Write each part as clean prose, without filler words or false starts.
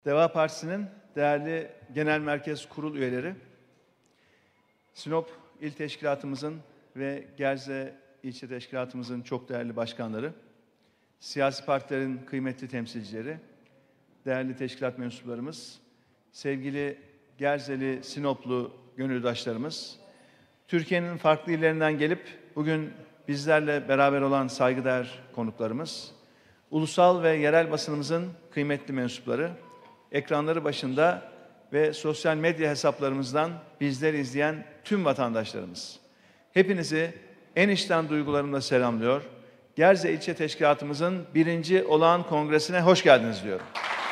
Deva Partisi'nin değerli Genel Merkez Kurul üyeleri, Sinop İl Teşkilatımızın ve Gerze İlçe Teşkilatımızın çok değerli başkanları, siyasi partilerin kıymetli temsilcileri, değerli teşkilat mensuplarımız, sevgili Gerzeli, Sinoplu gönüldaşlarımız, Türkiye'nin farklı illerinden gelip bugün bizlerle beraber olan saygıdeğer konuklarımız, ulusal ve yerel basınımızın kıymetli mensupları, ekranları başında ve sosyal medya hesaplarımızdan bizleri izleyen tüm vatandaşlarımız. Hepinizi en içten duygularımla selamlıyor. Gerze İlçe Teşkilatımızın 1. Olağan Kongresi'ne hoş geldiniz diyorum.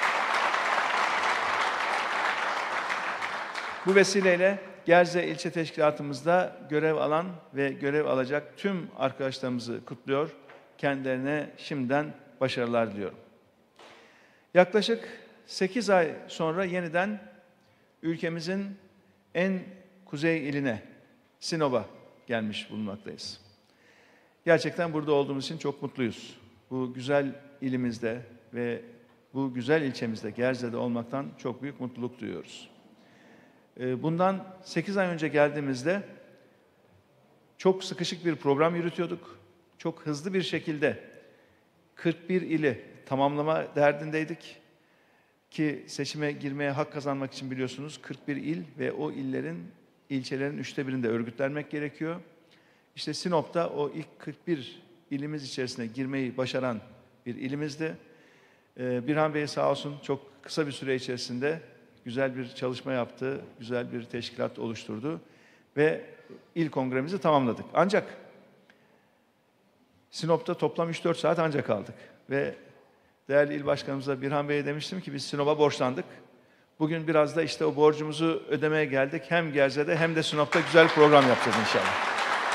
Bu vesileyle Gerze İlçe Teşkilatımızda görev alan ve görev alacak tüm arkadaşlarımızı kutluyor. Kendilerine şimdiden başarılar diliyorum. Yaklaşık 8 ay sonra yeniden ülkemizin en kuzey iline, Sinop'a gelmiş bulunmaktayız. Gerçekten burada olduğumuz için çok mutluyuz. Bu güzel ilimizde ve bu güzel ilçemizde, Gerze'de olmaktan çok büyük mutluluk duyuyoruz. Bundan 8 ay önce geldiğimizde çok sıkışık bir program yürütüyorduk. Çok hızlı bir şekilde 41 ili tamamlama derdindeydik. Ki seçime girmeye hak kazanmak için biliyorsunuz 41 il ve o illerin, ilçelerin 1/3'ünde örgütlenmek gerekiyor. İşte Sinop'ta o ilk 41 ilimiz içerisine girmeyi başaran bir ilimizdi. Birhan Bey sağ olsun çok kısa bir süre içerisinde güzel bir çalışma yaptı, güzel bir teşkilat oluşturdu ve il kongremizi tamamladık. Ancak Sinop'ta toplam 3-4 saat ancak kaldık ve değerli il başkanımıza Birhan Bey'e demiştim ki biz Sinop'a borçlandık. Bugün biraz da işte o borcumuzu ödemeye geldik. Hem Gerze'de hem de Sinop'ta güzel program yapacağız inşallah.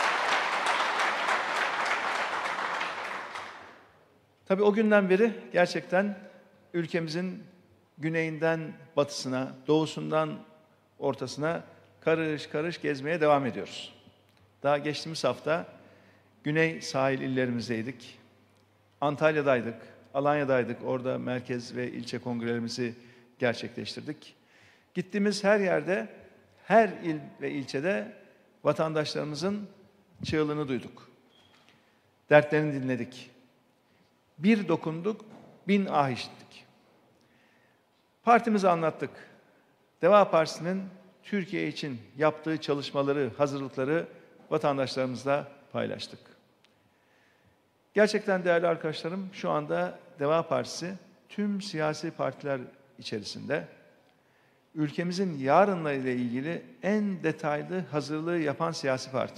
Tabii o günden beri gerçekten ülkemizin güneyinden batısına, doğusundan ortasına karış karış gezmeye devam ediyoruz. Daha geçtiğimiz hafta güney sahil illerimizdeydik. Antalya'daydık, Alanya'daydık. Orada merkez ve ilçe kongrelerimizi gerçekleştirdik. Gittiğimiz her yerde, her il ve ilçede vatandaşlarımızın çığlığını duyduk. Dertlerini dinledik. Bir dokunduk, 1000 ah işittik. Partimizi anlattık. Deva Partisi'nin Türkiye için yaptığı çalışmaları, hazırlıkları vatandaşlarımızla paylaştık. Gerçekten değerli arkadaşlarım, şu anda Deva Partisi tüm siyasi partiler içerisinde ülkemizin yarınla ile ilgili en detaylı hazırlığı yapan siyasi parti.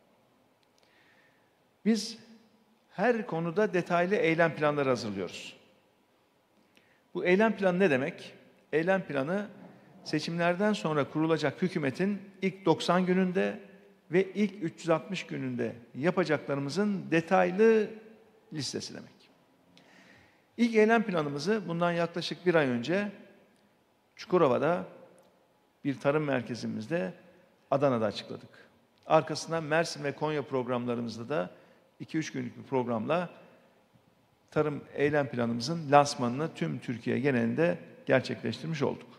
Biz her konuda detaylı eylem planları hazırlıyoruz. Bu eylem planı ne demek? Eylem planı seçimlerden sonra kurulacak hükümetin ilk 90 gününde ve ilk 360 gününde yapacaklarımızın detaylı listesi demek. İlk eylem planımızı bundan yaklaşık 1 ay önce Çukurova'da bir tarım merkezimizde Adana'da açıkladık. Arkasından Mersin ve Konya programlarımızda da 2-3 günlük bir programla tarım eylem planımızın lansmanını tüm Türkiye genelinde gerçekleştirmiş olduk.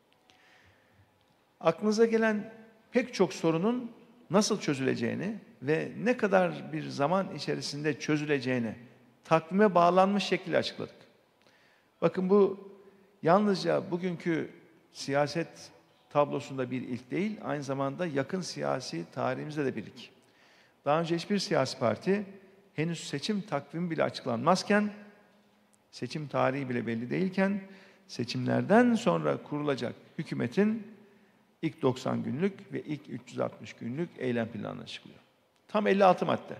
Aklınıza gelen pek çok sorunun nasıl çözüleceğini ve ne kadar bir zaman içerisinde çözüleceğini takvime bağlanmış şekilde açıkladık. Bakın bu yalnızca bugünkü siyaset tablosunda bir ilk değil, aynı zamanda yakın siyasi tarihimizde de bir ilk. Daha önce hiçbir siyasi parti henüz seçim takvimi bile açıklanmazken, seçim tarihi bile belli değilken, seçimlerden sonra kurulacak hükümetin ilk 90 günlük ve ilk 360 günlük eylem planını açıklıyor. Tam 56 madde.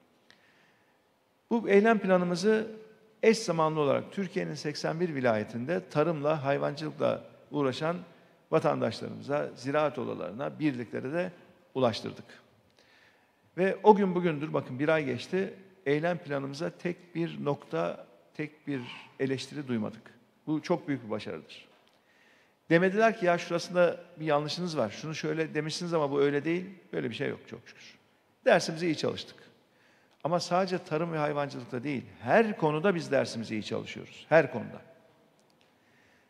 Bu eylem planımızı eş zamanlı olarak Türkiye'nin 81 vilayetinde tarımla, hayvancılıkla uğraşan vatandaşlarımıza, ziraat odalarına, birliklere de ulaştırdık. Ve o gün bugündür, bakın 1 ay geçti, eylem planımıza tek bir nokta, tek bir eleştiri duymadık. Bu çok büyük bir başarıdır. Demediler ki ya şurasında bir yanlışınız var, şunu şöyle demişsiniz ama bu öyle değil. Böyle bir şey yok çok şükür. Dersimizi iyi çalıştık. Ama sadece tarım ve hayvancılıkta değil, her konuda biz dersimizi iyi çalışıyoruz. Her konuda.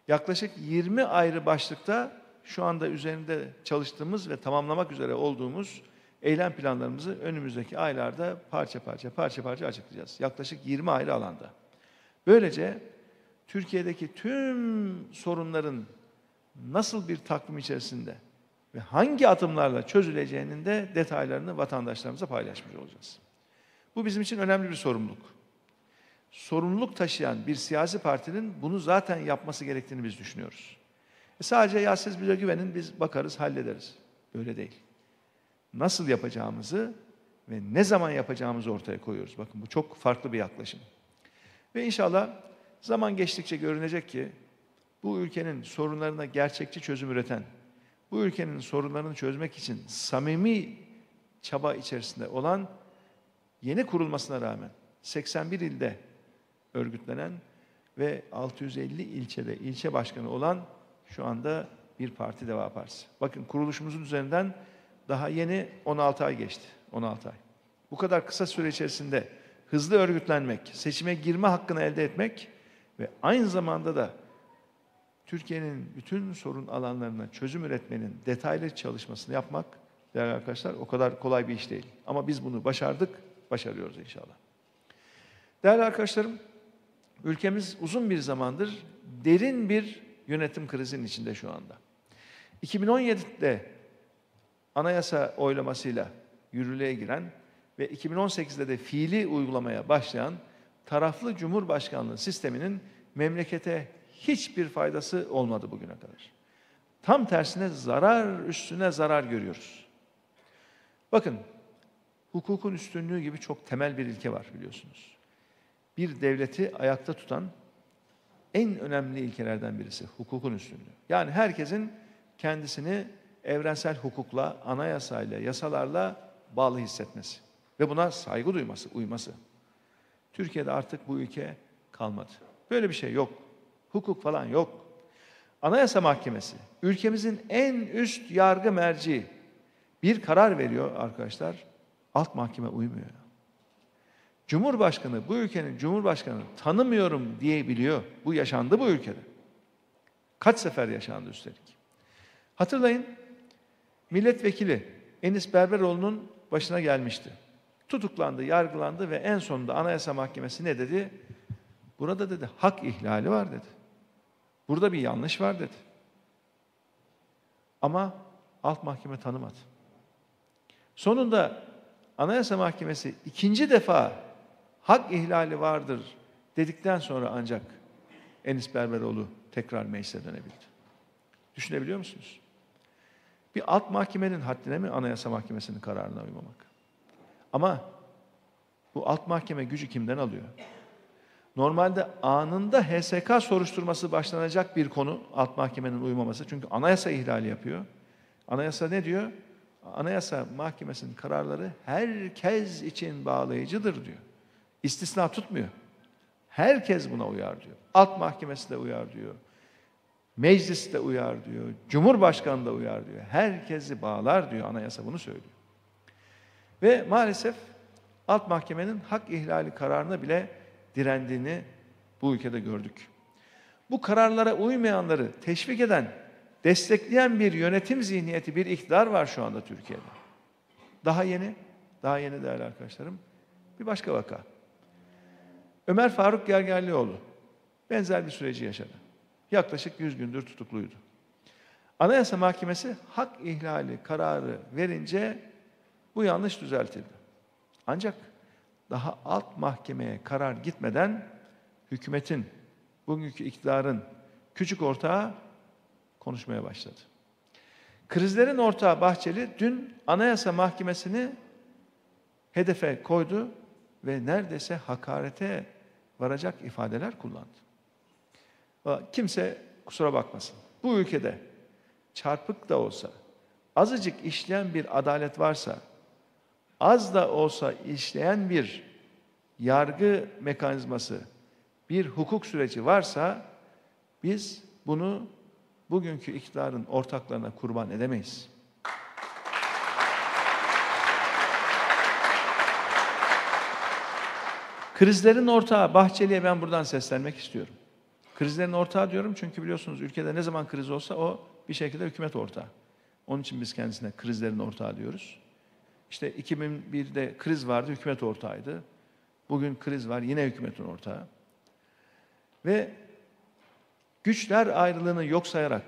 Yaklaşık 20 ayrı başlıkta şu anda üzerinde çalıştığımız ve tamamlamak üzere olduğumuz eylem planlarımızı önümüzdeki aylarda parça parça açıklayacağız. Yaklaşık 20 ayrı alanda. Böylece Türkiye'deki tüm sorunların nasıl bir takvim içerisinde ve hangi adımlarla çözüleceğinin de detaylarını vatandaşlarımıza paylaşmış olacağız. Bu bizim için önemli bir sorumluluk. Sorumluluk taşıyan bir siyasi partinin bunu zaten yapması gerektiğini biz düşünüyoruz. Sadece ya siz bize güvenin, biz bakarız, hallederiz. Böyle değil. Nasıl yapacağımızı ve ne zaman yapacağımızı ortaya koyuyoruz. Bakın bu çok farklı bir yaklaşım. Ve inşallah zaman geçtikçe görünecek ki bu ülkenin sorunlarına gerçekçi çözüm üreten, bu ülkenin sorunlarını çözmek için samimi çaba içerisinde olan, yeni kurulmasına rağmen 81 ilde örgütlenen ve 650 ilçede ilçe başkanı olan şu anda bir parti, Deva Partisi. Bakın kuruluşumuzun üzerinden daha yeni 16 ay geçti. 16 ay. Bu kadar kısa süre içerisinde hızlı örgütlenmek, seçime girme hakkını elde etmek ve aynı zamanda da Türkiye'nin bütün sorun alanlarına çözüm üretmenin detaylı çalışmasını yapmak değerli arkadaşlar o kadar kolay bir iş değil. Ama biz bunu başardık, başarıyoruz inşallah. Değerli arkadaşlarım, ülkemiz uzun bir zamandır derin bir yönetim krizinin içinde şu anda. 2017'de anayasa oylamasıyla yürürlüğe giren ve 2018'de de fiili uygulamaya başlayan taraflı cumhurbaşkanlığı sisteminin memlekete hiçbir faydası olmadı bugüne kadar. Tam tersine zarar üstüne zarar görüyoruz. Bakın, hukukun üstünlüğü gibi çok temel bir ilke var biliyorsunuz. Bir devleti ayakta tutan en önemli ilkelerden birisi hukukun üstünlüğü. Yani herkesin kendisini evrensel hukukla, anayasayla, yasalarla bağlı hissetmesi ve buna saygı duyması, uyması. Türkiye'de artık bu ülke kalmadı. Böyle bir şey yok. Hukuk falan yok. Anayasa Mahkemesi, ülkemizin en üst yargı merci bir karar veriyor arkadaşlar. Alt mahkeme uymuyor. Cumhurbaşkanı, bu ülkenin Cumhurbaşkanı tanımıyorum diyebiliyor. Bu yaşandı bu ülkede. Kaç sefer yaşandı üstelik. Hatırlayın, milletvekili Enis Berberoğlu'nun başına gelmişti. Tutuklandı, yargılandı ve en sonunda Anayasa Mahkemesi ne dedi? Burada dedi hak ihlali var dedi. Burada bir yanlış var dedi. Ama alt mahkeme tanımadı. Sonunda Anayasa Mahkemesi ikinci defa hak ihlali vardır dedikten sonra ancak Enis Berberoğlu tekrar meclise dönebildi. Düşünebiliyor musunuz? Bir alt mahkemenin haddine mi Anayasa Mahkemesi'nin kararına uymamak? Ama bu alt mahkeme gücü kimden alıyor? Normalde anında HSK soruşturması başlanacak bir konu alt mahkemenin uymaması. Çünkü anayasa ihlali yapıyor. Anayasa ne diyor? Anayasa Mahkemesi'nin kararları herkes için bağlayıcıdır diyor. İstisna tutmuyor. Herkes buna uyar diyor. Alt mahkemesi de uyar diyor. Meclis de uyar diyor. Cumhurbaşkanı da uyar diyor. Herkesi bağlar diyor. Anayasa bunu söylüyor. Ve maalesef alt mahkemenin hak ihlali kararına bile direndiğini bu ülkede gördük. Bu kararlara uymayanları teşvik eden, destekleyen bir yönetim zihniyeti, bir iktidar var şu anda Türkiye'de. Daha yeni değerli arkadaşlarım, bir başka vaka. Ömer Faruk Gergerlioğlu benzer bir süreci yaşadı. Yaklaşık 100 gündür tutukluydu. Anayasa Mahkemesi hak ihlali kararı verince bu yanlış düzeltildi. Ancak daha alt mahkemeye karar gitmeden hükümetin, bugünkü iktidarın küçük ortağı konuşmaya başladı. Krizlerin ortağı Bahçeli dün Anayasa Mahkemesi'ni hedefe koydu ve neredeyse hakarete varacak ifadeler kullandı. Kimse kusura bakmasın. Bu ülkede çarpık da olsa, azıcık işleyen bir adalet varsa, az da olsa işleyen bir yargı mekanizması, bir hukuk süreci varsa biz bunu bugünkü iktidarın ortaklarına kurban edemeyiz. Krizlerin ortağı Bahçeli'ye ben buradan seslenmek istiyorum. Krizlerin ortağı diyorum çünkü biliyorsunuz ülkede ne zaman kriz olsa o bir şekilde hükümet ortağı. Onun için biz kendisine krizlerin ortağı diyoruz. İşte 2001'de kriz vardı, hükümet ortağıydı. Bugün kriz var, yine hükümetin ortağı. Ve güçler ayrılığını yok sayarak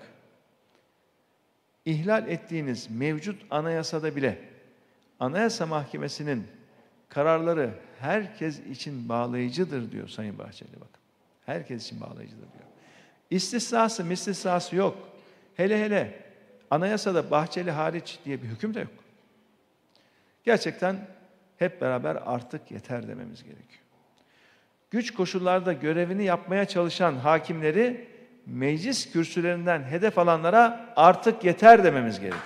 ihlal ettiğiniz mevcut anayasada bile Anayasa Mahkemesi'nin kararları herkes için bağlayıcıdır diyor Sayın Bahçeli, bakın. Herkes için bağlayıcıdır diyor. İstisnası yok. Hele anayasada Bahçeli hariç diye bir hüküm de yok. Gerçekten hep beraber artık yeter dememiz gerekiyor. Güç koşullarda görevini yapmaya çalışan hakimleri meclis kürsülerinden hedef alanlara artık yeter dememiz gerekiyor.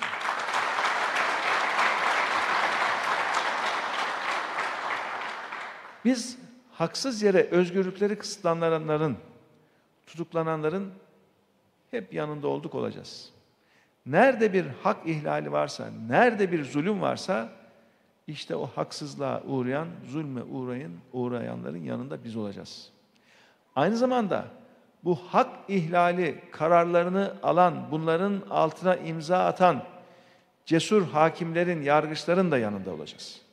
Biz haksız yere özgürlükleri kısıtlananların, tutuklananların hep yanında olduk, olacağız. Nerede bir hak ihlali varsa, nerede bir zulüm varsa işte o haksızlığa uğrayan, zulme uğrayanların yanında biz olacağız. Aynı zamanda bu hak ihlali kararlarını alan, bunların altına imza atan cesur hakimlerin, yargıçların da yanında olacağız.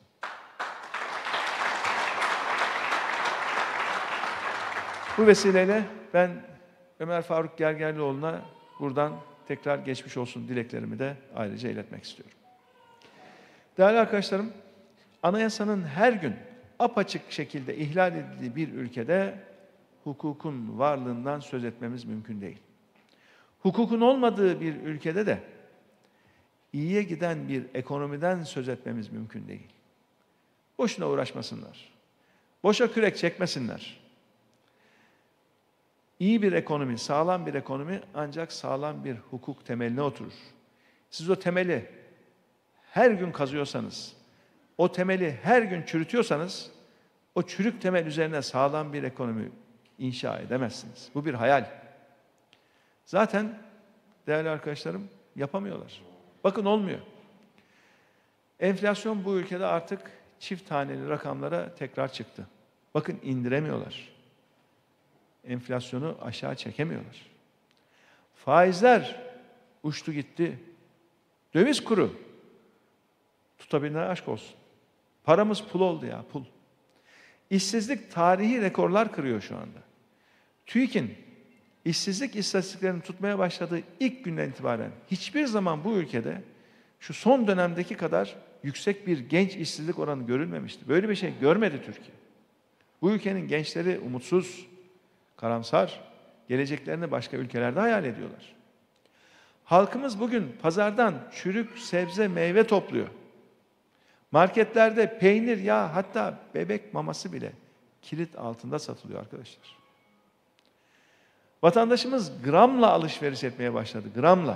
Bu vesileyle ben Ömer Faruk Gergerlioğlu'na buradan tekrar geçmiş olsun dileklerimi de ayrıca iletmek istiyorum. Değerli arkadaşlarım, anayasanın her gün apaçık şekilde ihlal edildiği bir ülkede hukukun varlığından söz etmemiz mümkün değil. Hukukun olmadığı bir ülkede de iyiye giden bir ekonomiden söz etmemiz mümkün değil. Boşuna uğraşmasınlar. Boşa kürek çekmesinler. İyi bir ekonomi, sağlam bir ekonomi ancak sağlam bir hukuk temeline oturur. Siz o temeli her gün kazıyorsanız, o temeli her gün çürütüyorsanız, o çürük temel üzerine sağlam bir ekonomi inşa edemezsiniz. Bu bir hayal. Zaten değerli arkadaşlarım yapamıyorlar. Bakın olmuyor. Enflasyon bu ülkede artık çift taneli rakamlara tekrar çıktı. Bakın indiremiyorlar. Enflasyonu aşağı çekemiyorlar. Faizler uçtu gitti. Döviz kuru tutabilenler aşk olsun. Paramız pul oldu ya, pul. İşsizlik tarihi rekorlar kırıyor şu anda. TÜİK'in işsizlik istatistiklerini tutmaya başladığı ilk günden itibaren hiçbir zaman bu ülkede şu son dönemdeki kadar yüksek bir genç işsizlik oranı görülmemişti. Böyle bir şey görmedi Türkiye. Bu ülkenin gençleri umutsuz, karamsar, geleceklerini başka ülkelerde hayal ediyorlar. Halkımız bugün pazardan çürük sebze meyve topluyor. Marketlerde peynir, yağ, hatta bebek maması bile kilit altında satılıyor arkadaşlar. Vatandaşımız gramla alışveriş etmeye başladı, gramla.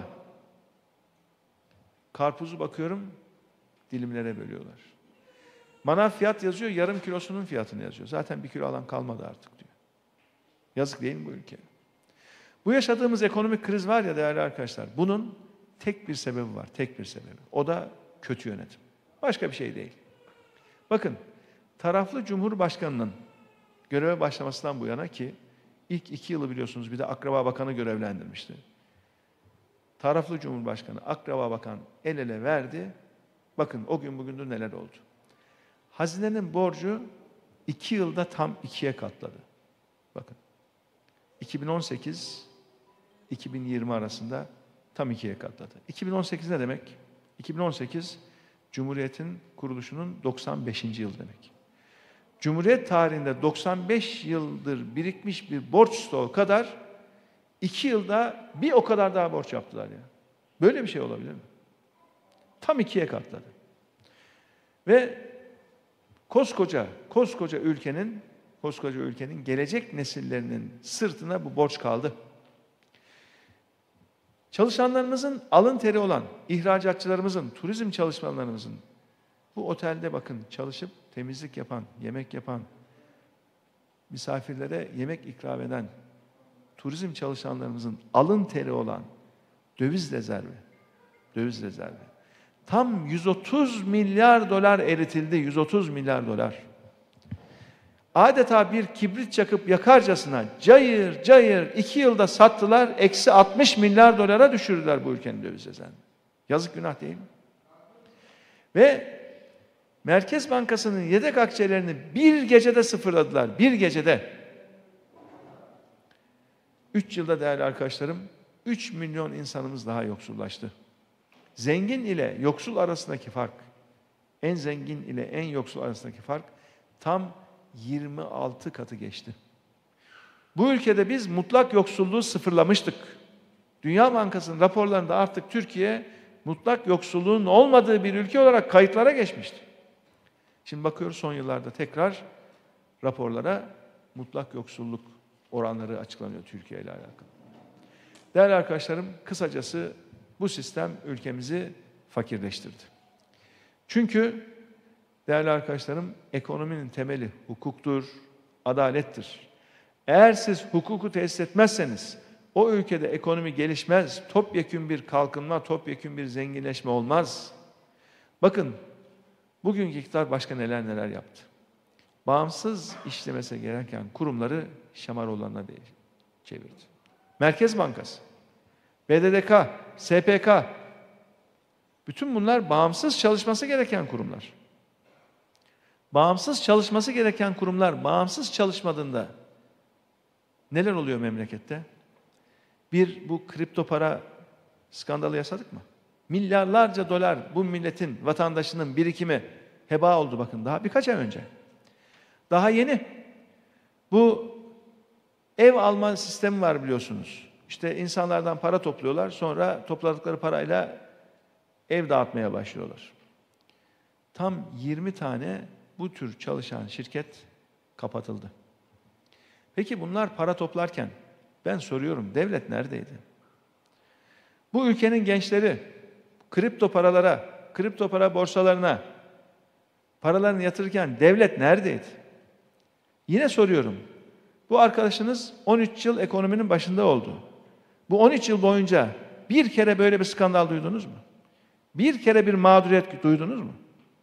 Karpuzu bakıyorum, dilimlere bölüyorlar. Manav fiyat yazıyor, yarım kilosunun fiyatını yazıyor. Zaten bir kilo alan kalmadı artık diyor. Yazık değil mi bu ülkeye? Bu yaşadığımız ekonomik kriz var ya değerli arkadaşlar, bunun tek bir sebebi var, tek bir sebebi. O da kötü yönetim. Başka bir şey değil. Bakın, taraflı Cumhurbaşkanı'nın göreve başlamasından bu yana ki ilk 2 yılı biliyorsunuz bir de Akraba Bakanı görevlendirmişti. Taraflı Cumhurbaşkanı, Akraba Bakan el ele verdi. Bakın o gün bugündür neler oldu. Hazinenin borcu 2 yılda tam 2'ye katladı. Bakın. 2018-2020 arasında tam 2'ye katladı. 2018 ne demek? 2018 Cumhuriyet'in kuruluşunun 95. yıl demek. Cumhuriyet tarihinde 95 yıldır birikmiş bir borç stoğu kadar 2 yılda bir o kadar daha borç yaptılar ya. Böyle bir şey olabilir mi? Tam 2'ye katladı. Ve koskoca ülkenin gelecek nesillerinin sırtına bu borç kaldı. Çalışanlarımızın alın teri olan, ihracatçılarımızın, turizm çalışanlarımızın bu otelde bakın çalışıp temizlik yapan, yemek yapan, misafirlere yemek ikram eden turizm çalışanlarımızın alın teri olan döviz rezervi. Tam 130 milyar dolar eritildi, 130 milyar dolar. adeta bir kibrit çakıp yakarcasına cayır cayır 2 yılda sattılar, eksi 60 milyar dolara düşürdüler bu ülkenin döviz rezervini. Yazık, günah değil mi? Ve Merkez Bankası'nın yedek akçelerini bir gecede sıfırladılar. Bir gecede. 3 yılda değerli arkadaşlarım 3 milyon insanımız daha yoksullaştı. Zengin ile yoksul arasındaki fark, en zengin ile en yoksul arasındaki fark tam 26 katı geçti. Bu ülkede biz mutlak yoksulluğu sıfırlamıştık. Dünya Bankası'nın raporlarında artık Türkiye mutlak yoksulluğun olmadığı bir ülke olarak kayıtlara geçmişti. Şimdi bakıyoruz son yıllarda tekrar raporlara mutlak yoksulluk oranları açıklanıyor Türkiye ile alakalı. Değerli arkadaşlarım, kısacası bu sistem ülkemizi fakirleştirdi. Çünkü değerli arkadaşlarım, ekonominin temeli hukuktur, adalettir. Eğer siz hukuku tesis etmezseniz o ülkede ekonomi gelişmez, topyekün bir kalkınma, topyekün bir zenginleşme olmaz. Bakın, bugünkü iktidar başka neler neler yaptı. Bağımsız işlemesi gereken kurumları şamaroğlanına çevirdi. Merkez Bankası, BDDK, SPK, bütün bunlar bağımsız çalışması gereken kurumlar. Bağımsız çalışması gereken kurumlar bağımsız çalışmadığında neler oluyor memlekette? Bu kripto para skandalı yaşadık mı? Milyarlarca dolar bu milletin, vatandaşının birikimi heba oldu bakın daha birkaç ay önce. Daha yeni. Bu ev alma sistemi var biliyorsunuz. İşte insanlardan para topluyorlar, sonra topladıkları parayla ev dağıtmaya başlıyorlar. Tam 20 tane bu tür çalışan şirket kapatıldı. Peki bunlar para toplarken ben soruyorum, devlet neredeydi? Bu ülkenin gençleri kripto paralara, kripto para borsalarına paralarını yatırırken devlet neredeydi? Yine soruyorum. Bu arkadaşınız 13 yıl ekonominin başında oldu. Bu 13 yıl boyunca bir kere böyle bir skandal duydunuz mu? Bir kere bir mağduriyet duydunuz mu?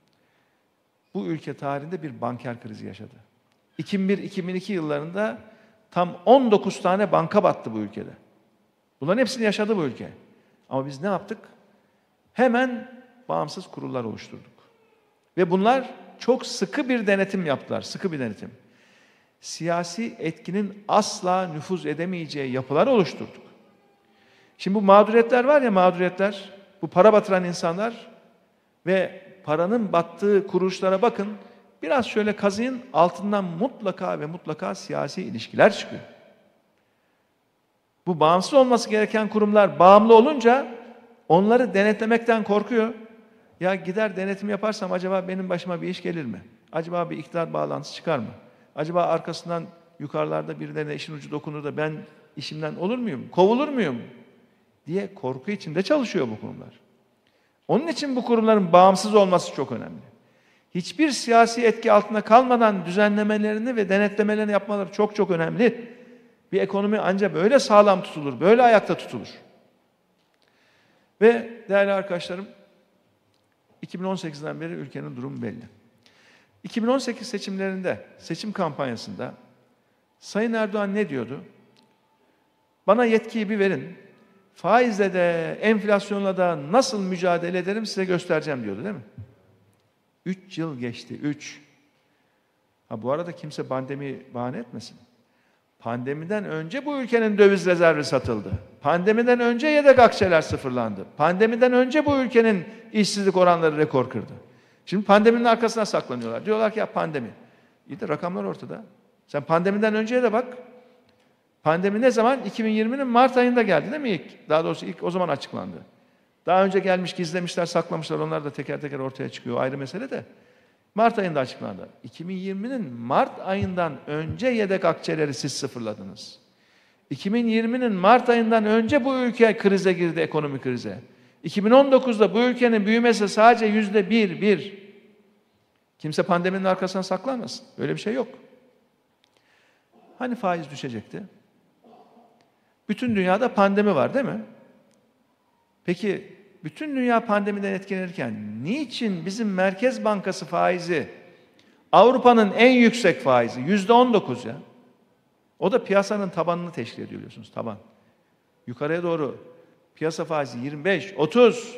Bu ülke tarihinde bir banker krizi yaşadı. 2001-2002 yıllarında tam 19 tane banka battı bu ülkede. Bunların hepsini yaşadı bu ülke. Ama biz ne yaptık? Hemen bağımsız kurullar oluşturduk. Ve bunlar çok sıkı bir denetim yaptılar. Sıkı bir denetim. Siyasi etkinin asla nüfuz edemeyeceği yapılar oluşturduk. Şimdi bu mağduriyetler var ya, mağduriyetler, bu para batıran insanlar ve paranın battığı kuruluşlara bakın, biraz şöyle kazıyın, altından mutlaka ve mutlaka siyasi ilişkiler çıkıyor. Bu bağımsız olması gereken kurumlar bağımlı olunca onları denetlemekten korkuyor. Ya gider denetim yaparsam acaba benim başıma bir iş gelir mi? Acaba bir iktidar bağlantısı çıkar mı? Acaba arkasından yukarılarda birilerine işin ucu dokunur da ben işimden olur muyum? Kovulur muyum? Diye korku içinde çalışıyor bu kurumlar. Onun için bu kurumların bağımsız olması çok önemli. Hiçbir siyasi etki altında kalmadan düzenlemelerini ve denetlemelerini yapmaları çok çok önemli. Bir ekonomi ancak böyle sağlam tutulur, böyle ayakta tutulur. Ve değerli arkadaşlarım, 2018'den beri ülkenin durumu belli. 2018 seçimlerinde, seçim kampanyasında Sayın Erdoğan ne diyordu? Bana yetkiyi bir verin, faizle de, enflasyonla da nasıl mücadele ederim size göstereceğim diyordu değil mi? 3 yıl geçti, 3. Bu arada kimse pandemi bahane etmesin. Pandemiden önce bu ülkenin döviz rezervi satıldı. Pandemiden önce yedek akçeler sıfırlandı. Pandemiden önce bu ülkenin işsizlik oranları rekor kırdı. Şimdi pandeminin arkasına saklanıyorlar. Diyorlar ki ya pandemi. İyi de rakamlar ortada. Sen pandemiden önceye de bak. Pandemi ne zaman? 2020'nin Mart ayında geldi değil mi ilk? Daha doğrusu ilk o zaman açıklandı. Daha önce gelmiş, gizlemişler, saklamışlar. Onlar da teker teker ortaya çıkıyor. Ayrı mesele de. Mart ayında açıklandı. 2020'nin Mart ayından önce yedek akçeleri siz sıfırladınız. 2020'nin Mart ayından önce bu ülke krize girdi, ekonomik krize. 2019'da bu ülkenin büyümesi sadece %1. Kimse pandeminin arkasına saklanmasın. Öyle bir şey yok. Hani faiz düşecekti? Bütün dünyada pandemi var değil mi? Peki bütün dünya pandemiden etkilenirken niçin bizim Merkez Bankası faizi Avrupa'nın en yüksek faizi %19 ya. O da piyasanın tabanını teşkil ediyor biliyorsunuz, taban. Yukarıya doğru piyasa faizi 25, 30.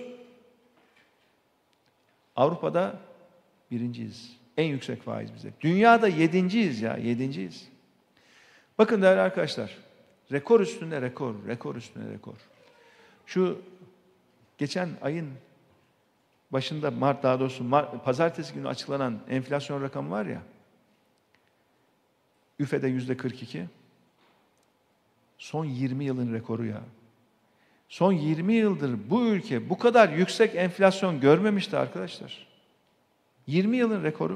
Avrupa'da birinciyiz. En yüksek faiz bize. Dünyada yedinciyiz ya, yedinciyiz. Bakın değerli arkadaşlar, rekor üstünde rekor, rekor üstünde rekor. Şu geçen ayın başında, daha doğrusu pazartesi günü açıklanan enflasyon rakamı var ya, üfede %42. Son 20 yılın rekoru ya. Son 20 yıldır bu ülke bu kadar yüksek enflasyon görmemişti arkadaşlar. 20 yılın rekoru.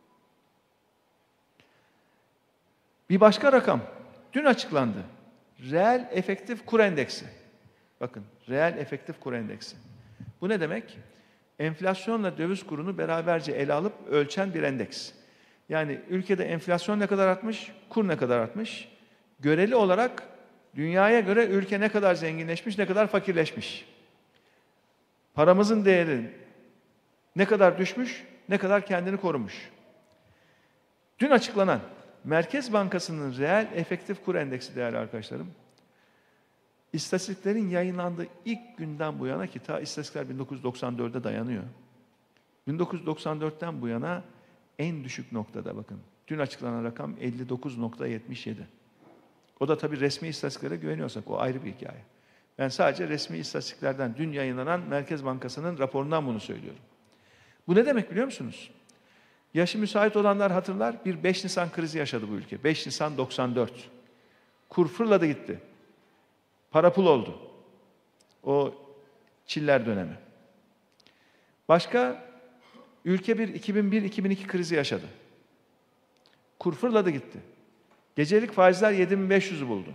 Bir başka rakam dün açıklandı. Reel efektif kur endeksi. Bakın, reel efektif kur endeksi. Bu ne demek? Enflasyonla döviz kurunu beraberce ele alıp ölçen bir endeks. Yani ülkede enflasyon ne kadar artmış, kur ne kadar artmış? Göreli olarak dünyaya göre ülke ne kadar zenginleşmiş, ne kadar fakirleşmiş? Paramızın değeri ne kadar düşmüş, ne kadar kendini korumuş? Dün açıklanan Merkez Bankası'nın reel efektif kur endeksi değerli arkadaşlarım, istatistiklerin yayınlandığı ilk günden bu yana, ki ta istatistikler 1994'e dayanıyor. 1994'ten bu yana en düşük noktada bakın. Dün açıklanan rakam 59,77. O da tabii resmi istatistiklere güveniyorsak o ayrı bir hikaye. Ben sadece resmi istatistiklerden dün yayınlanan Merkez Bankası'nın raporundan bunu söylüyorum. Bu ne demek biliyor musunuz? Yaşı müsait olanlar hatırlar, bir 5 Nisan krizi yaşadı bu ülke. 5 Nisan 94. Kur fırladı gitti. Para pul oldu. O çiller dönemi. Başka, ülke bir 2001-2002 krizi yaşadı. Kur fırladı gitti. Gecelik faizler 7.500'ü buldu.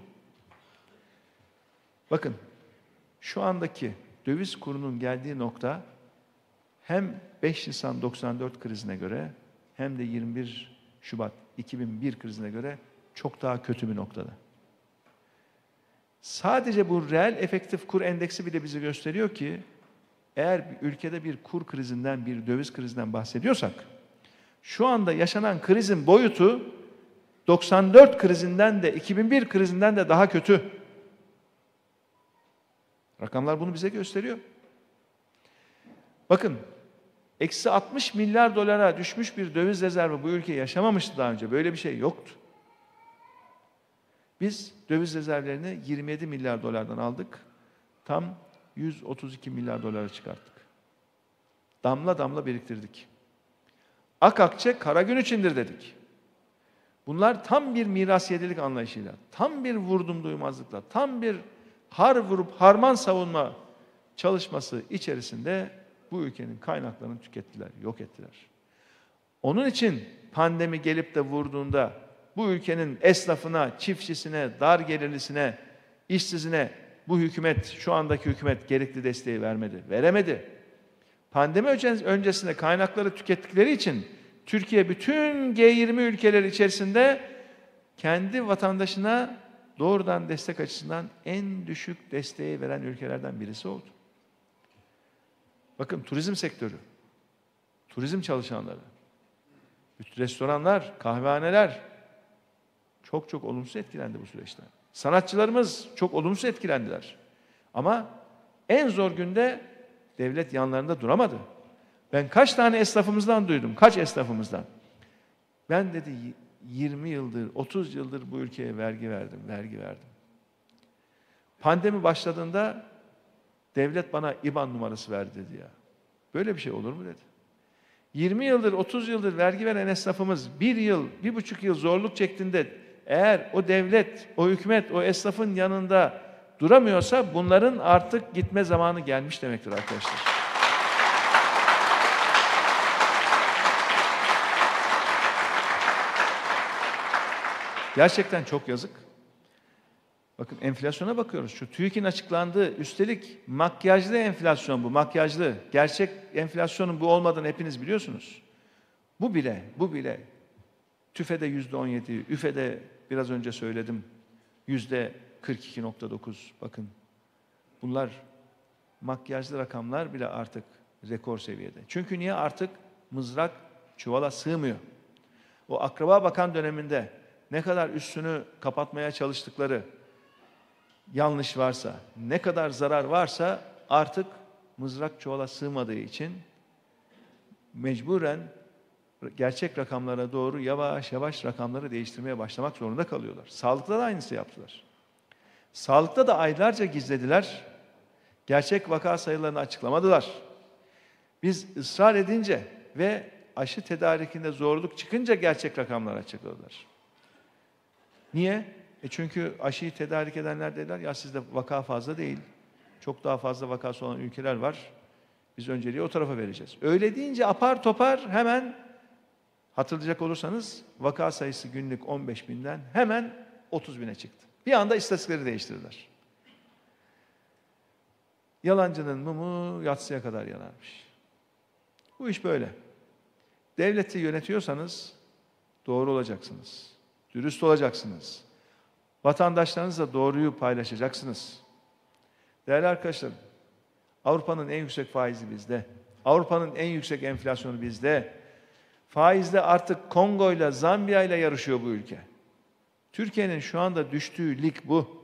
Bakın, şu andaki döviz kurunun geldiği nokta hem 5 Nisan 94 krizine göre hem de 21 Şubat 2001 krizine göre çok daha kötü bir noktada. Sadece bu reel efektif kur endeksi bile bize gösteriyor ki eğer bir ülkede bir kur krizinden, bir döviz krizinden bahsediyorsak, şu anda yaşanan krizin boyutu 94 krizinden de 2001 krizinden de daha kötü. Rakamlar bunu bize gösteriyor. Bakın, eksi 60 milyar dolara düşmüş bir döviz rezervi bu ülke yaşamamıştı daha önce. Böyle bir şey yoktu. Biz döviz rezervlerini 27 milyar dolardan aldık. Tam 132 milyar dolara çıkarttık. Damla damla biriktirdik. Ak akçe kara gün içindir dedik. Bunlar tam bir mirasiyecilik anlayışıyla, tam bir vurdum duymazlıkla, tam bir har vurup harman savunma çalışması içerisinde bu ülkenin kaynaklarını tükettiler, yok ettiler. Onun için pandemi gelip de vurduğunda bu ülkenin esnafına, çiftçisine, dar gelirlisine, işsizine bu hükümet, şu andaki hükümet gerekli desteği vermedi, veremedi. Pandemi öncesinde kaynakları tükettikleri için Türkiye bütün G20 ülkeleri içerisinde kendi vatandaşına doğrudan destek açısından en düşük desteği veren ülkelerden birisi oldu. Bakın, turizm sektörü, turizm çalışanları, restoranlar, kahvehaneler çok çok olumsuz etkilendi bu süreçte. Sanatçılarımız çok olumsuz etkilendiler. Ama en zor günde devlet yanlarında duramadı. Ben kaç tane esnafımızdan duydum, kaç esnafımızdan. Ben dedi 20 yıldır, 30 yıldır bu ülkeye vergi verdim, vergi verdim. Pandemi başladığında devlet bana IBAN numarası verdi dedi ya. Böyle bir şey olur mu dedi. 20 yıldır, 30 yıldır vergi veren esnafımız 1 yıl, 1,5 yıl zorluk çektiğinde eğer o devlet, o hükümet, o esnafın yanında duramıyorsa bunların artık gitme zamanı gelmiş demektir arkadaşlar. Gerçekten çok yazık. Bakın, enflasyona bakıyoruz. Şu TÜİK'in açıklandığı, üstelik makyajlı enflasyon bu, makyajlı. Gerçek enflasyonun bu olmadığını hepiniz biliyorsunuz. Bu bile TÜFE'de %17, ÜFE'de biraz önce söyledim %42,9. Bakın, bunlar makyajlı rakamlar bile artık rekor seviyede. Çünkü niye? Artık mızrak çuvala sığmıyor. o Akraba Bakan döneminde ne kadar üstünü kapatmaya çalıştıkları yanlış varsa, ne kadar zarar varsa artık mızrak çuvala sığmadığı için mecburen gerçek rakamlara doğru yavaş yavaş rakamları değiştirmeye başlamak zorunda kalıyorlar. Sağlıkta da aynısı yaptılar. Sağlıkta da aylarca gizlediler. Gerçek vaka sayılarını açıklamadılar. Biz ısrar edince ve aşı tedarikinde zorluk çıkınca gerçek rakamlar açıkladılar. Niye? Çünkü aşıyı tedarik edenler dediler ya sizde vaka fazla değil. Çok daha fazla vakası olan ülkeler var. Biz önceliği o tarafa vereceğiz. Öyle deyince apar topar hemen hatırlayacak olursanız vaka sayısı günlük 15.000'den hemen 30.000'e çıktı. Bir anda istatistikleri değiştirdiler. Yalancının mumu yatsıya kadar yanarmış. Bu iş böyle. Devleti yönetiyorsanız doğru olacaksınız. Dürüst olacaksınız. Vatandaşlarınızla doğruyu paylaşacaksınız. Değerli arkadaşlarım, Avrupa'nın en yüksek faizi bizde. Avrupa'nın en yüksek enflasyonu bizde. Faizde artık Kongo'yla, Zambiya'yla yarışıyor bu ülke. Türkiye'nin şu anda düştüğü lig bu.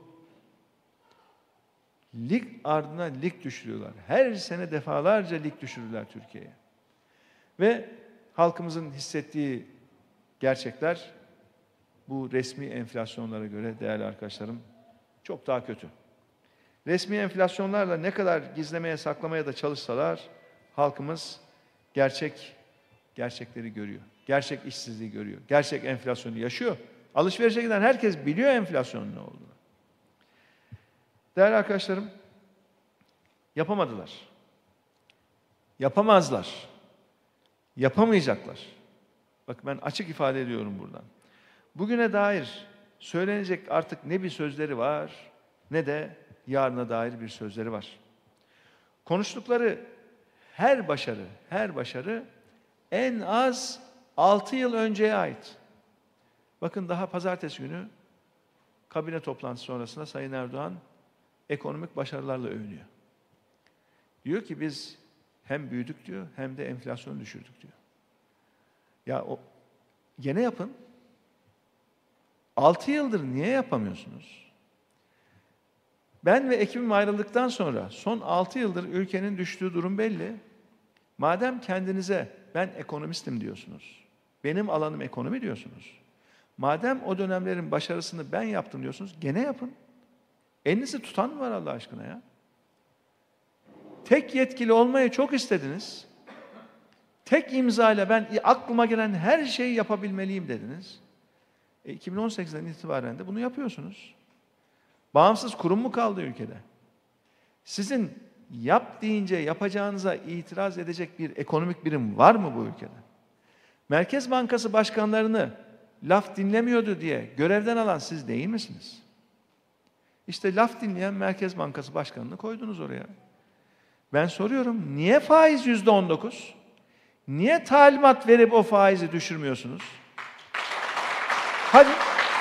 Lig ardına lig düşürüyorlar. Her sene defalarca lig düşürürler Türkiye'ye. Ve halkımızın hissettiği gerçekler bu resmi enflasyonlara göre değerli arkadaşlarım çok daha kötü. Resmi enflasyonlarla ne kadar gizlemeye, saklamaya da çalışsalar halkımız gerçekleri görüyor. Gerçek işsizliği görüyor. Gerçek enflasyonu yaşıyor. Alışverişe giden herkes biliyor enflasyonun ne olduğunu. Değerli arkadaşlarım, yapamadılar. Yapamazlar. Yapamayacaklar. Bak ben açık ifade ediyorum buradan. Bugüne dair söylenecek artık ne bir sözleri var ne de yarına dair bir sözleri var. Konuştukları her başarı en az 6 yıl önceye ait. Bakın daha pazartesi günü kabine toplantısı sonrasında Sayın Erdoğan ekonomik başarılarla övünüyor. Diyor ki biz hem büyüdük diyor hem de enflasyonu düşürdük diyor. Ya gene yapın. 6 yıldır niye yapamıyorsunuz? Ben ve ekibim ayrıldıktan sonra son 6 yıldır ülkenin düştüğü durum belli. Madem kendinize ben ekonomistim diyorsunuz, benim alanım ekonomi diyorsunuz, madem o dönemlerin başarısını ben yaptım diyorsunuz, gene yapın. Elinizi tutan mı var Allah aşkına ya? Tek yetkili olmayı çok istediniz. Tek imzayla ben aklıma gelen her şeyi yapabilmeliyim dediniz. 2018'den itibaren de bunu yapıyorsunuz. Bağımsız kurum mu kaldı ülkede? Sizin yap deyince yapacağınıza itiraz edecek bir ekonomik birim var mı bu ülkede? Merkez Bankası başkanlarını laf dinlemiyordu diye görevden alan siz değil misiniz? İşte laf dinleyen Merkez Bankası başkanını koydunuz oraya. Ben soruyorum, niye faiz %19? Niye talimat verip o faizi düşürmüyorsunuz? Hadi.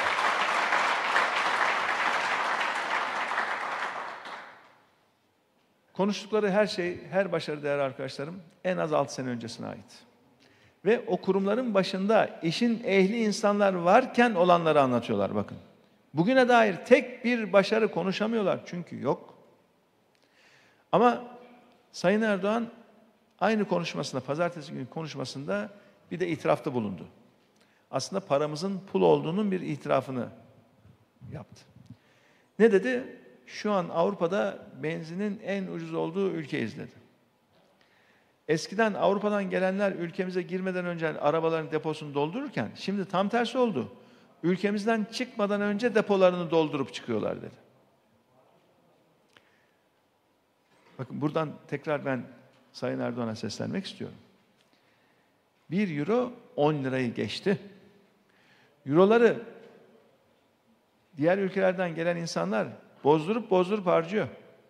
Konuştukları her şey, her başarı değerli arkadaşlarım en az 6 sene öncesine ait. Ve o kurumların başında işin ehli insanlar varken olanları anlatıyorlar bakın. Bugüne dair tek bir başarı konuşamıyorlar çünkü yok. Ama Sayın Erdoğan aynı konuşmasında, pazartesi günü konuşmasında bir de itirafta bulundu. Aslında paramızın pul olduğunun bir itirafını yaptı. Ne dedi? Şu an Avrupa'da benzinin en ucuz olduğu ülkeyiz dedi. Eskiden Avrupa'dan gelenler ülkemize girmeden önce arabaların deposunu doldururken şimdi tam tersi oldu. Ülkemizden çıkmadan önce depolarını doldurup çıkıyorlar dedi. Bakın buradan tekrar ben Sayın Erdoğan'a seslenmek istiyorum. 1 euro 10 lirayı geçti. Euroları diğer ülkelerden gelen insanlar bozdurup harcıyor.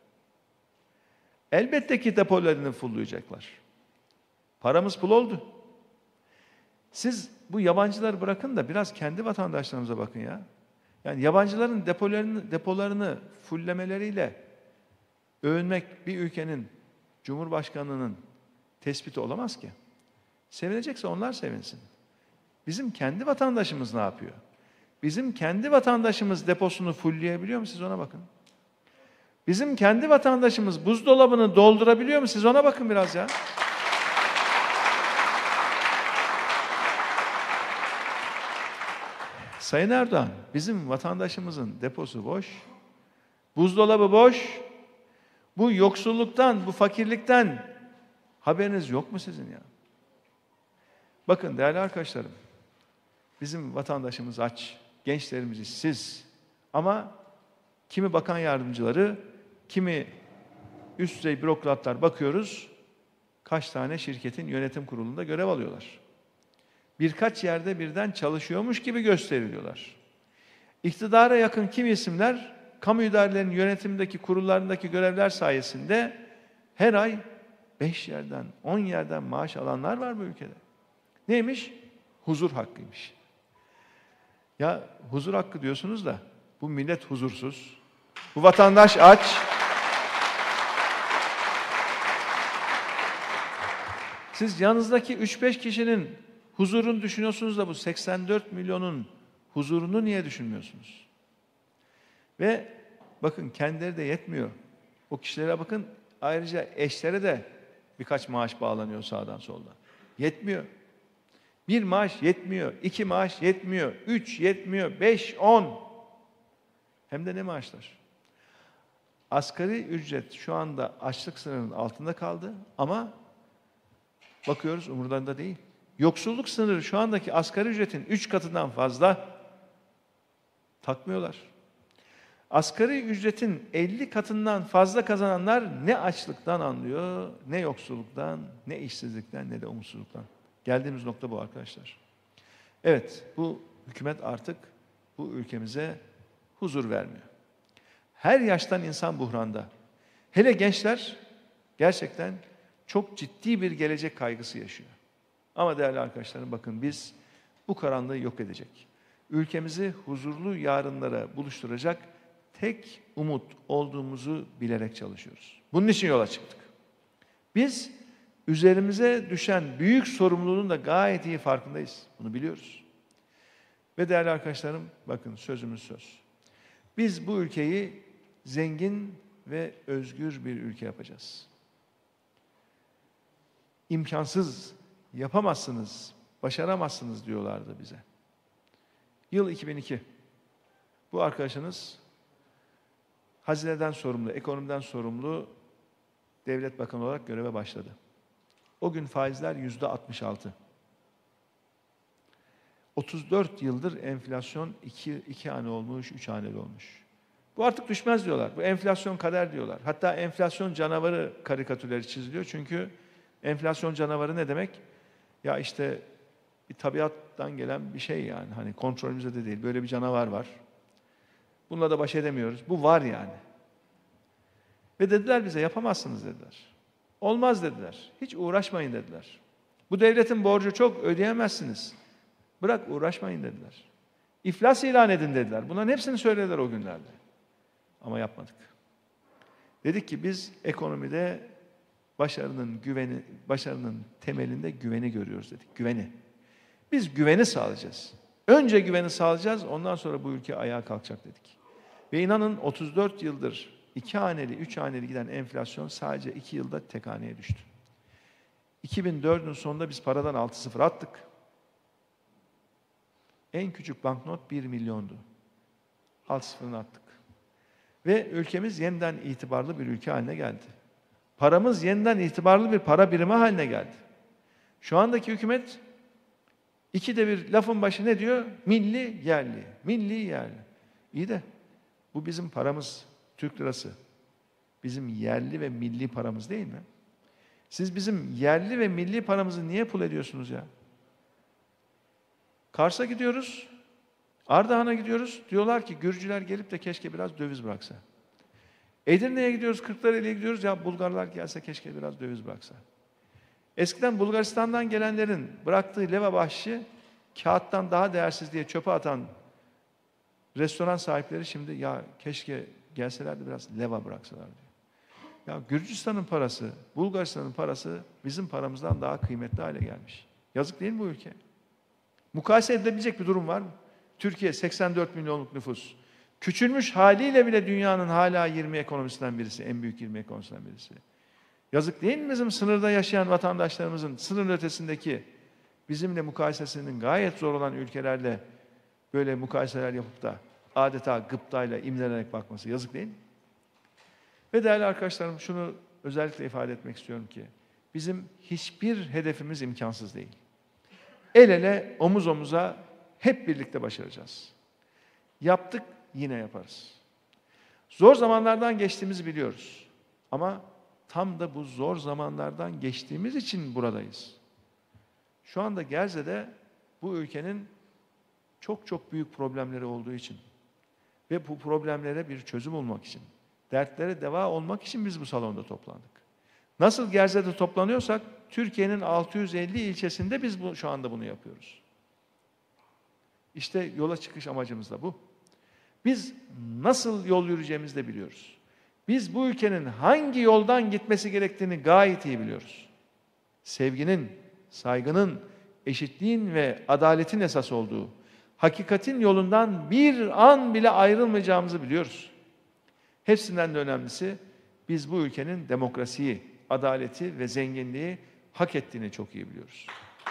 Elbette ki depolarını fullleyecekler. Paramız pul oldu. Siz bu yabancıları bırakın da biraz kendi vatandaşlarımıza bakın ya. Yani yabancıların depolarını fulllemeleriyle övünmek bir ülkenin Cumhurbaşkanının tespiti olamaz ki. Sevinecekse onlar sevinsin. Bizim kendi vatandaşımız ne yapıyor? Bizim kendi vatandaşımız deposunu fullleyebiliyor mu? Siz ona bakın. Bizim kendi vatandaşımız buzdolabını doldurabiliyor mu? Siz ona bakın biraz ya. Sayın Erdoğan, bizim vatandaşımızın deposu boş, buzdolabı boş, bu yoksulluktan, bu fakirlikten haberiniz yok mu sizin ya? Bakın değerli arkadaşlarım, bizim vatandaşımız aç, gençlerimiz işsiz ama kimi bakan yardımcıları, kimi üst düzey bürokratlar bakıyoruz, kaç tane şirketin yönetim kurulunda görev alıyorlar. Birkaç yerde birden çalışıyormuş gibi gösteriliyorlar. İktidara yakın kimi isimler, kamu idarelerinin yönetimindeki kurullarındaki görevler sayesinde her ay 5 yerden, 10 yerden maaş alanlar var bu ülkede. Neymiş? Huzur hakkıymış. Ya huzur hakkı diyorsunuz da bu millet huzursuz. Bu vatandaş aç. Siz yanınızdaki 3-5 kişinin huzurunu düşünüyorsunuz da bu 84 milyonun huzurunu niye düşünmüyorsunuz? Ve bakın kendileri de yetmiyor. O kişilere bakın, ayrıca eşlere de birkaç maaş bağlanıyor sağdan soldan. Yetmiyor. Bir maaş yetmiyor, 2 maaş yetmiyor, 3 yetmiyor, 5, 10. Hem de ne maaşlar? Asgari ücret şu anda açlık sınırının altında kaldı ama bakıyoruz umurlarında değil. Yoksulluk sınırı şu andaki asgari ücretin 3 katından fazla, takmıyorlar. Asgari ücretin 50 katından fazla kazananlar ne açlıktan anlıyor, ne yoksulluktan, ne işsizlikten, ne de umutsuzluktan. Geldiğimiz nokta bu arkadaşlar. Evet, bu hükümet artık bu ülkemize huzur vermiyor. Her yaştan insan buhranda. Hele gençler gerçekten çok ciddi bir gelecek kaygısı yaşıyor. Ama değerli arkadaşlarım bakın biz bu karanlığı yok edecek, ülkemizi huzurlu yarınlara buluşturacak tek umut olduğumuzu bilerek çalışıyoruz. Bunun için yola çıktık. Biz üzerimize düşen büyük sorumluluğun da gayet iyi farkındayız. Bunu biliyoruz. Ve değerli arkadaşlarım bakın sözümüz söz. Biz bu ülkeyi zengin ve özgür bir ülke yapacağız. İmkansız, yapamazsınız, başaramazsınız diyorlardı bize. Yıl 2002. Bu arkadaşınız hazineden sorumlu, ekonomiden sorumlu devlet bakanı olarak göreve başladı. O gün faizler %66. 34 yıldır enflasyon 2 hane olmuş, 3 haneli olmuş. Bu artık düşmez diyorlar. Bu enflasyon kader diyorlar. Hatta enflasyon canavarı karikatürleri çiziliyor. Çünkü enflasyon canavarı ne demek? Ya işte bir tabiattan gelen bir şey yani. Hani kontrolümüzde de değil. Böyle bir canavar var. Bununla da baş edemiyoruz. Bu var yani. Ve dediler bize yapamazsınız dediler. Olmaz dediler. Hiç uğraşmayın dediler. Bu devletin borcu çok, ödeyemezsiniz. Bırak uğraşmayın dediler. İflas ilan edin dediler. Bunların hepsini söylediler o günlerde. Ama yapmadık. Dedik ki biz ekonomide başarının temelinde güveni görüyoruz dedik. Güveni. Biz güveni sağlayacağız. Önce güveni sağlayacağız, ondan sonra bu ülke ayağa kalkacak dedik. Ve inanın 34 yıldır 2 haneli, 3 haneli giden enflasyon sadece 2 yılda tek haneye düştü. 2004'ün sonunda biz paradan 6-0 attık. En küçük banknot 1 milyondu. 6-0'ını attık. Ve ülkemiz yeniden itibarlı bir ülke haline geldi. Paramız yeniden itibarlı bir para birimi haline geldi. Şu andaki hükümet ikide bir lafın başı ne diyor? Milli, yerli. Milli, yerli. İyi de bu bizim paramız, Türk lirası. Bizim yerli ve milli paramız değil mi? Siz bizim yerli ve milli paramızı niye pul ediyorsunuz ya? Kars'a gidiyoruz, Ardahan'a gidiyoruz. Diyorlar ki Gürcüler gelip de keşke biraz döviz bıraksa. Edirne'ye gidiyoruz, Kırklareli'ye gidiyoruz. Ya Bulgarlar gelse keşke biraz döviz bıraksa. Eskiden Bulgaristan'dan gelenlerin bıraktığı leva bahşişi kağıttan daha değersiz diye çöpe atan restoran sahipleri şimdi ya keşke gelselerdi biraz leva bıraksalar diyor. Ya Gürcistan'ın parası, Bulgaristan'ın parası bizim paramızdan daha kıymetli hale gelmiş. Yazık değil mi bu ülke? Mukayese edilebilecek bir durum var mı? Türkiye 84 milyonluk nüfus. Küçülmüş haliyle bile dünyanın hala 20 ekonomisinden birisi, en büyük 20 ekonomisinden birisi. Yazık değil mi bizim sınırda yaşayan vatandaşlarımızın sınır ötesindeki bizimle mukayesesinin gayet zor olan ülkelerle böyle mukayeseler yapıp da adeta gıptayla imrelenerek bakması yazık değil mi? Ve değerli arkadaşlarım, şunu özellikle ifade etmek istiyorum ki bizim hiçbir hedefimiz imkansız değil. El ele, omuz omuza hep birlikte başaracağız. Yaptık, yine yaparız. Zor zamanlardan geçtiğimizi biliyoruz. Ama tam da bu zor zamanlardan geçtiğimiz için buradayız. Şu anda Gerze'de bu ülkenin çok çok büyük problemleri olduğu için ve bu problemlere bir çözüm olmak için, dertlere deva olmak için biz bu salonda toplandık. Nasıl Gerze'de toplanıyorsak, Türkiye'nin 650 ilçesinde biz şu anda bunu yapıyoruz. İşte yola çıkış amacımız da bu. Biz nasıl yol yürüyeceğimizi de biliyoruz. Biz bu ülkenin hangi yoldan gitmesi gerektiğini gayet iyi biliyoruz. Sevginin, saygının, eşitliğin ve adaletin esas olduğu, hakikatin yolundan bir an bile ayrılmayacağımızı biliyoruz. Hepsinden de önemlisi, biz bu ülkenin demokrasiyi, adaleti ve zenginliği hak ettiğini çok iyi biliyoruz.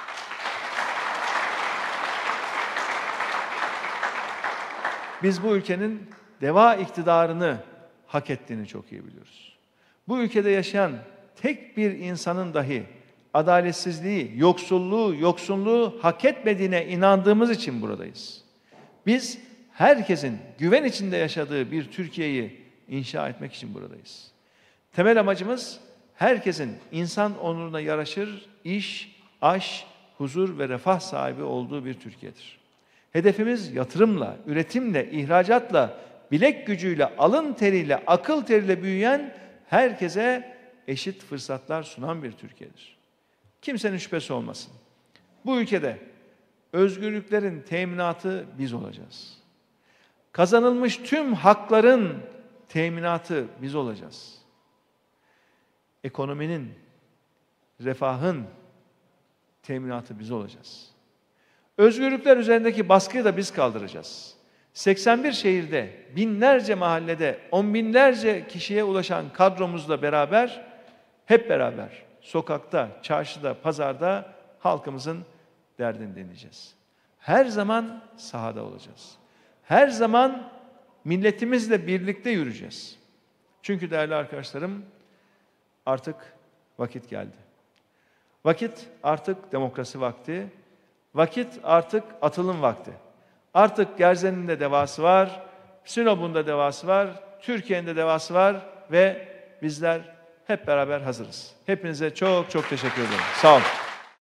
Biz bu ülkenin deva iktidarını hak ettiğini çok iyi biliyoruz. Bu ülkede yaşayan tek bir insanın dahi adaletsizliği, yoksulluğu hak etmediğine inandığımız için buradayız. Biz herkesin güven içinde yaşadığı bir Türkiye'yi inşa etmek için buradayız. Temel amacımız herkesin insan onuruna yaraşır iş, aş, huzur ve refah sahibi olduğu bir Türkiye'dir. Hedefimiz yatırımla, üretimle, ihracatla, bilek gücüyle, alın teriyle, akıl teriyle büyüyen, herkese eşit fırsatlar sunan bir Türkiye'dir. Kimsenin şüphesi olmasın. Bu ülkede özgürlüklerin teminatı biz olacağız. Kazanılmış tüm hakların teminatı biz olacağız. Ekonominin, refahın teminatı biz olacağız. Özgürlükler üzerindeki baskıyı da biz kaldıracağız. 81 şehirde, binlerce mahallede, on binlerce kişiye ulaşan kadromuzla beraber, hep beraber sokakta, çarşıda, pazarda halkımızın derdini dinleyeceğiz. Her zaman sahada olacağız. Her zaman milletimizle birlikte yürüyeceğiz. Çünkü değerli arkadaşlarım, artık vakit geldi. Vakit artık demokrasi vakti. Vakit artık atılım vakti. Artık Gerze'nin de devası var, Sinop'un da devası var, Türkiye'nin de devası var ve bizler hep beraber hazırız. Hepinize çok çok teşekkür ederim. Sağ olun.